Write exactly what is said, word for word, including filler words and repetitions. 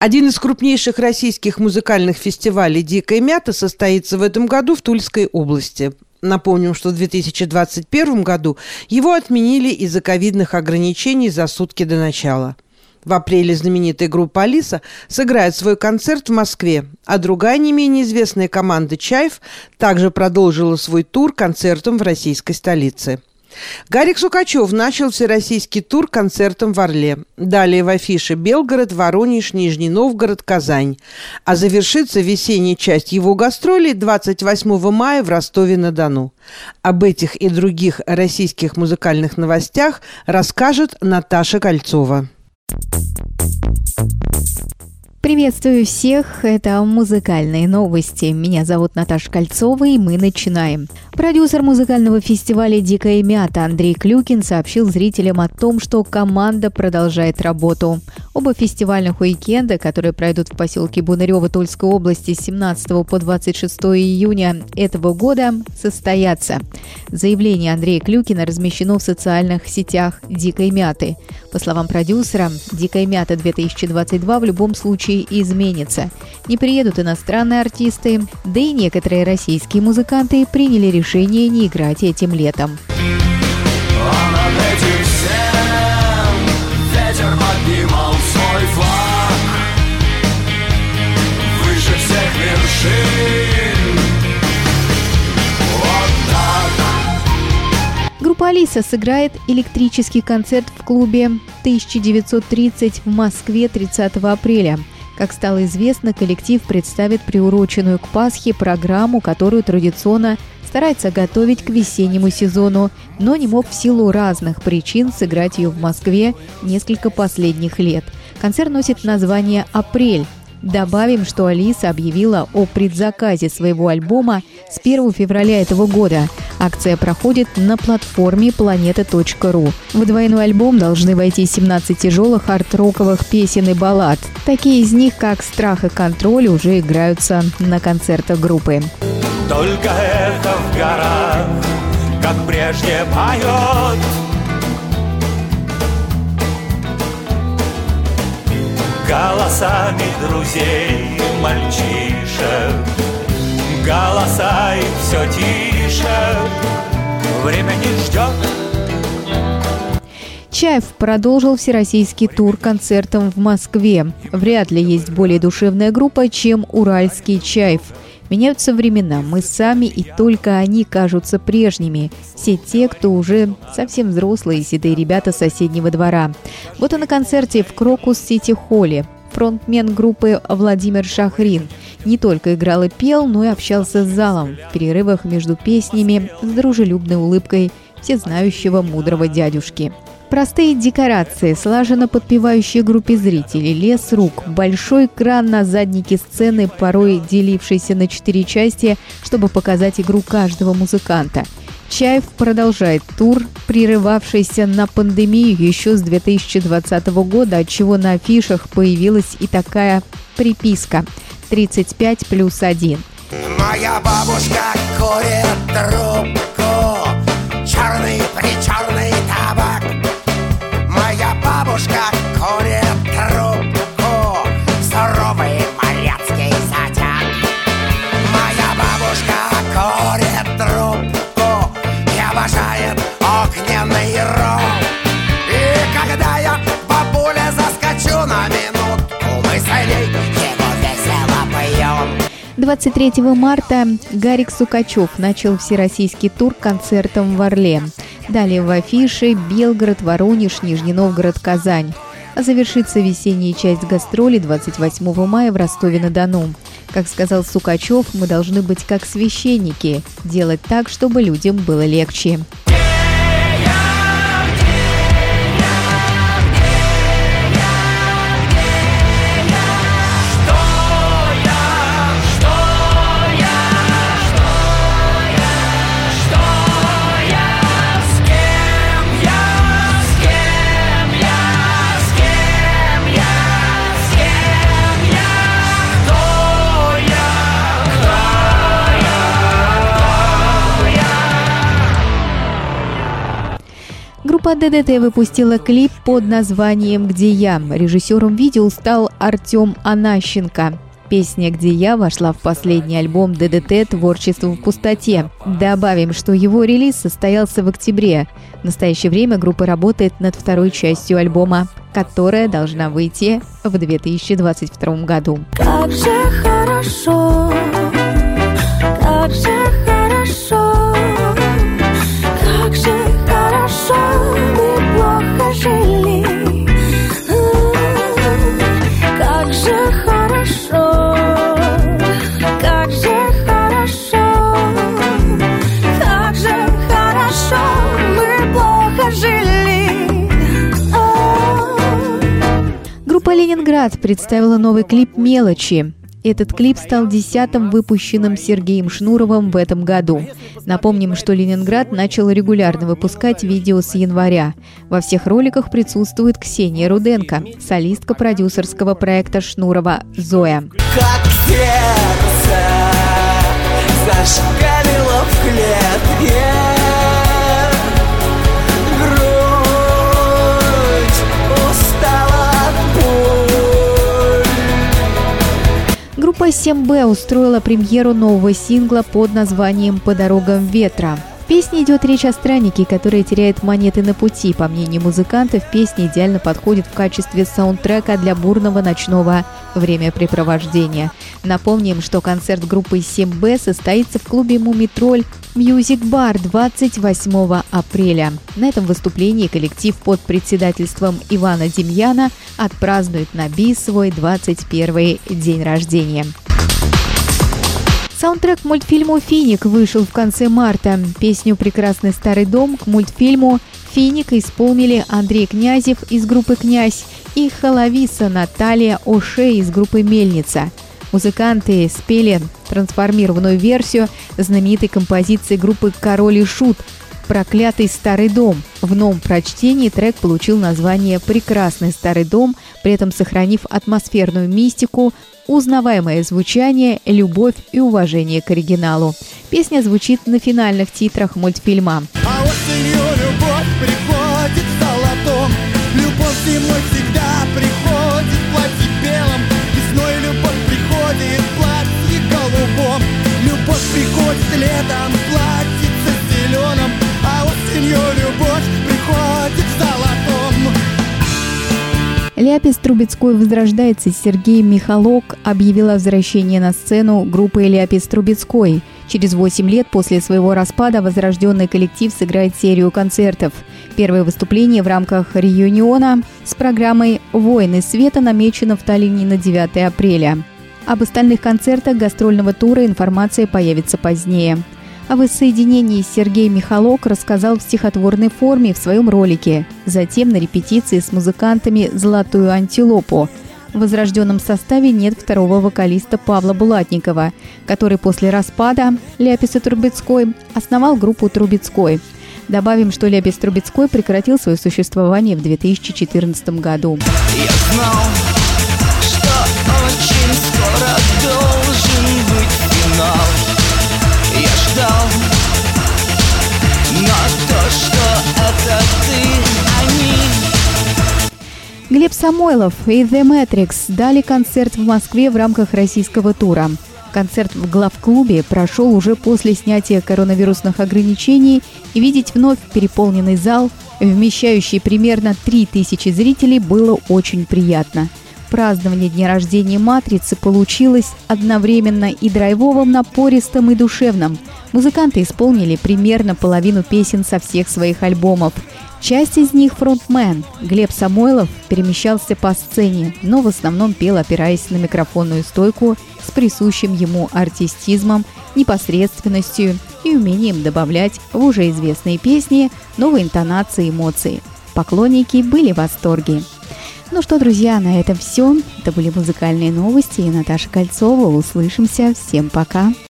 Один из крупнейших российских музыкальных фестивалей «Дикая мята» состоится в этом году в Тульской области. Напомним, что в две тысячи двадцать первом году его отменили из-за ковидных ограничений за сутки до начала. В апреле знаменитая группа «Алиса» сыграет свой концерт в Москве, а другая не менее известная команда «Чайф» также продолжила свой тур концертом в российской столице. Гарик Сукачев начал всероссийский тур концертом в Орле. Далее в афише Белгород, Воронеж, Нижний Новгород, Казань. А завершится весенняя часть его гастролей двадцать восьмого мая в Ростове-на-Дону. Об этих и других российских музыкальных новостях расскажет Наташа Кольцова. Приветствую всех, это музыкальные новости. Меня зовут Наташа Кольцова, и мы начинаем. Продюсер музыкального фестиваля «Дикая мята» Андрей Клюкин сообщил зрителям о том, что команда продолжает работу. Оба фестивальных уикенда, которые пройдут в поселке Бунарево Тульской области с семнадцатого по двадцать шестое июня этого года, состоятся. Заявление Андрея Клюкина размещено в социальных сетях «Дикой мяты». По словам продюсера, «Дикая мята две тысячи двадцать два» в любом случае изменится. Не приедут иностранные артисты, да и некоторые российские музыканты приняли решение не играть этим летом. А над этим всем ветер поднимал свой флаг выше всех вершин. Вот так. Группа «Алиса» сыграет электрический концерт в клубе тысяча девятьсот тридцать в Москве тридцатого апреля. Как стало известно, коллектив представит приуроченную к Пасхе программу, которую традиционно старается готовить к весеннему сезону, но не мог в силу разных причин сыграть ее в Москве несколько последних лет. Концерт носит название «Апрель». Добавим, что «Алиса» объявила о предзаказе своего альбома с первого февраля этого года. Акция проходит на платформе планета точка ру. В двойной альбом должны войти семнадцать тяжелых арт-роковых песен и баллад. Такие из них, как «Страх и контроль», уже играются на концертах группы. Только эхо в горах, как прежде, поет. Голосами друзей, мальчишек, голоса и все тише, время не ждет. Чайф продолжил всероссийский тур концертом в Москве. Вряд ли есть более душевная группа, чем уральский Чайф. Меняются времена, мы сами и только они кажутся прежними. Все те, кто уже совсем взрослые, седые ребята соседнего двора. Вот и на концерте в Крокус-Сити-Холле фронтмен группы Владимир Шахрин не только играл и пел, но и общался с залом в перерывах между песнями с дружелюбной улыбкой всезнающего мудрого дядюшки. Простые декорации, слаженно подпевающие группе зрителей, лес рук, большой кран на заднике сцены, порой делившийся на четыре части, чтобы показать игру каждого музыканта. Чайф продолжает тур, прерывавшийся на пандемию еще с две тысячи двадцатого года, отчего на афишах появилась и такая приписка «тридцать пять плюс один». Моя бабушка курит трубку, черный-причерный табак. Моя бабушка курит трубку, суровый моряцкий затяг. Моя бабушка курит трубку и обожает огненный ром. И когда я, бабуля, заскочу на минутку, мы с ней его весело поем. двадцать третьего марта Гарик Сукачев начал всероссийский тур концертом в Орле. Далее в афише Белгород, Воронеж, Нижний Новгород, Казань. А завершится весенняя часть гастролей двадцать восьмого мая в Ростове-на-Дону. Как сказал Сукачев, мы должны быть как священники, делать так, чтобы людям было легче. Yeah. Группа ДДТ выпустила клип под названием «Где я?». Режиссером видео стал Артем Анащенко. Песня «Где я» вошла в последний альбом ДДТ «Творчество в пустоте». Добавим, что его релиз состоялся в октябре. В настоящее время группа работает над второй частью альбома, которая должна выйти в две тысячи двадцать втором году. Как же хорошо, как же хорошо, как же хорошо, мы плохо жили. Как же хорошо, как же хорошо, как же хорошо, мы плохо жили. Группа «Ленинград» представила новый клип «Мелочи». Этот клип стал десятым выпущенным Сергеем Шнуровым в этом году. Напомним, что «Ленинград» начал регулярно выпускать видео с января. Во всех роликах присутствует Ксения Руденко, солистка продюсерского проекта Шнурова «Зоя». Как сердце зашкалило в клетке, грудь устала от боль. Группа семь бэ устроила премьеру нового сингла под названием «По дорогам ветра». В песне идет речь о страннике, который теряет монеты на пути. По мнению музыкантов, песня идеально подходит в качестве саундтрека для бурного ночного времяпрепровождения. Напомним, что концерт группы семь бэ состоится в клубе «Мумитроль Мьюзик Бар» двадцать восьмого апреля. На этом выступлении коллектив под председательством Ивана Демьяна отпразднует на бис свой двадцать первый день рождения. Саундтрек к мультфильму «Финик» вышел в конце марта. Песню «Прекрасный старый дом» к мультфильму «Финик» исполнили Андрей Князев из группы «Князь» и Халависа Наталья О'Шей из группы «Мельница». Музыканты спели трансформированную версию знаменитой композиции группы «Король и Шут» «Проклятый старый дом». В новом прочтении трек получил название «Прекрасный старый дом», при этом сохранив атмосферную мистику, узнаваемое звучание, любовь и уважение к оригиналу. Песня звучит на финальных титрах мультфильма. А осенью любовь приходит в золотом, любовь зимой всегда приходит в платье белом, весной любовь приходит в платье голубом, любовь приходит летом в платьице зеленом, а осенью любовь приходит в золотом. Ляпис Трубецкой возрождается. Сергей Михалок объявил о возвращении на сцену группы Ляпис Трубецкой. Через восемь лет после своего распада возрожденный коллектив сыграет серию концертов. Первое выступление в рамках реюниона с программой «Воины света» намечено в Таллине на девятое апреля. Об остальных концертах гастрольного тура информация появится позднее. О воссоединении Сергей Михалок рассказал в стихотворной форме в своем ролике. Затем на репетиции с музыкантами «Золотую антилопу». В возрожденном составе нет второго вокалиста Павла Булатникова, который после распада Ляписа Трубецкой основал группу «Трубецкой». Добавим, что Ляпис Трубецкой прекратил свое существование в две тысячи четырнадцатом году. Я знал, что очень скоро должен быть финал. Я ждал, но то, что это ты, они. Глеб Самойлов и The Matrix дали концерт в Москве в рамках российского тура. Концерт в главклубе прошел уже после снятия коронавирусных ограничений, и видеть вновь переполненный зал, вмещающий примерно три тысячи зрителей, было очень приятно. Празднование дня рождения «Матрицы» получилось одновременно и драйвовым, напористым и душевным. Музыканты исполнили примерно половину песен со всех своих альбомов. Часть из них фронтмен Глеб Самойлов перемещался по сцене, но в основном пел, опираясь на микрофонную стойку с присущим ему артистизмом, непосредственностью и умением добавлять в уже известные песни новые интонации и эмоции. Поклонники были в восторге. Ну что, друзья, на этом все. Это были музыкальные новости. И Наташа Кольцова. Услышимся. Всем пока.